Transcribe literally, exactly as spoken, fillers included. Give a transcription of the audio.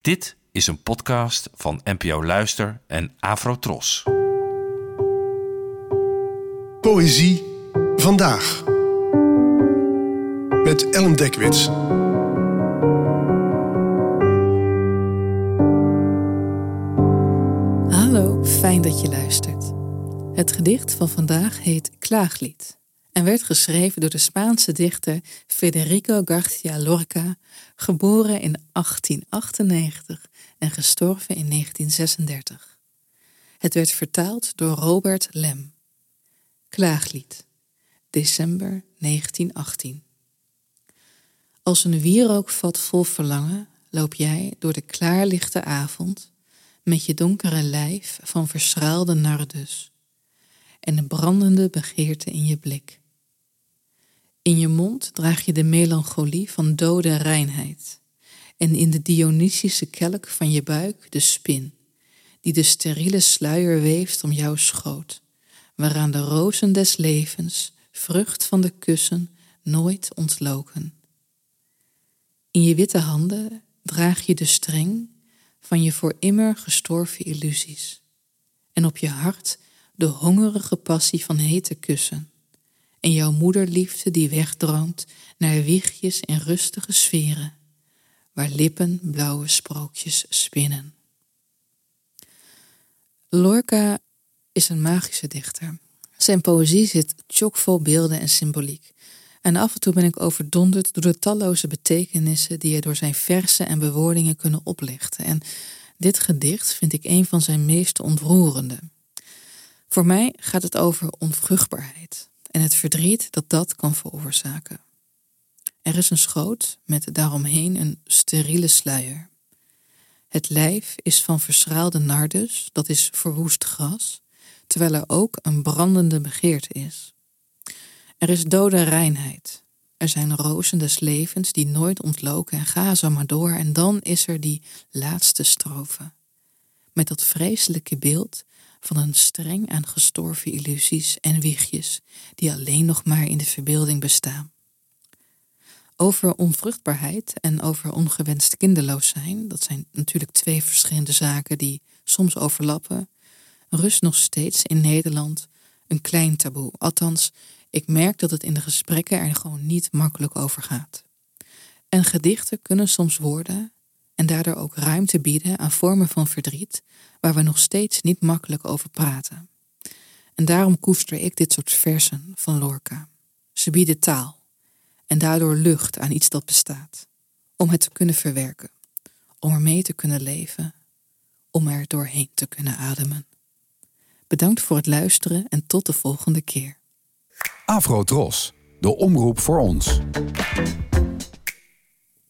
Dit is een podcast van N P O Luister en Afrotros. Poëzie vandaag. Met Ellen Dekwits. Hallo, fijn dat je luistert. Het gedicht van vandaag heet Klaaglied en werd geschreven door de Spaanse dichter Federico García Lorca, geboren in achttien achtennegentig en gestorven in negentien zesendertig. Het werd vertaald door Robert Lem. Klaaglied, december negentien achttien. Als een wierookvat vol verlangen loop jij door de klaarlichte avond met je donkere lijf van verschraalde nardus en een brandende begeerte in je blik. In je mond draag je de melancholie van dode reinheid en in de Dionysische kelk van je buik de spin, die de steriele sluier weeft om jouw schoot, waaraan de rozen des levens, vrucht van de kussen, nooit ontloken. In je witte handen draag je de streng van je voor immer gestorven illusies en op je hart de hongerige passie van hete kussen en jouw moederliefde die wegdroomt naar wiegjes in rustige sferen, waar lippen blauwe sprookjes spinnen. Lorca is een magische dichter. Zijn poëzie zit chockvol beelden en symboliek. En af en toe ben ik overdonderd door de talloze betekenissen die er door zijn verzen en bewoordingen kunnen oplichten. En dit gedicht vind ik een van zijn meest ontroerende. Voor mij gaat het over onvruchtbaarheid en het verdriet dat dat kan veroorzaken. Er is een schoot met daaromheen een steriele sluier. Het lijf is van verschraalde nardus, dat is verwoest gras, terwijl er ook een brandende begeerte is. Er is dode reinheid. Er zijn rozen des levens die nooit ontloken en ga zo maar door. En dan is er die laatste strofe. Met dat vreselijke beeld van een streng aan gestorven illusies en wiegjes die alleen nog maar in de verbeelding bestaan. Over onvruchtbaarheid en over ongewenst kinderloos zijn, dat zijn natuurlijk twee verschillende zaken die soms overlappen, rust nog steeds in Nederland een klein taboe. Althans, ik merk dat het in de gesprekken er gewoon niet makkelijk over gaat. En gedichten kunnen soms worden en daardoor ook ruimte bieden aan vormen van verdriet waar we nog steeds niet makkelijk over praten. En daarom koester ik dit soort versen van Lorca. Ze bieden taal en daardoor lucht aan iets dat bestaat. Om het te kunnen verwerken, om ermee te kunnen leven, om er doorheen te kunnen ademen. Bedankt voor het luisteren en tot de volgende keer. Afrotros, de omroep voor ons.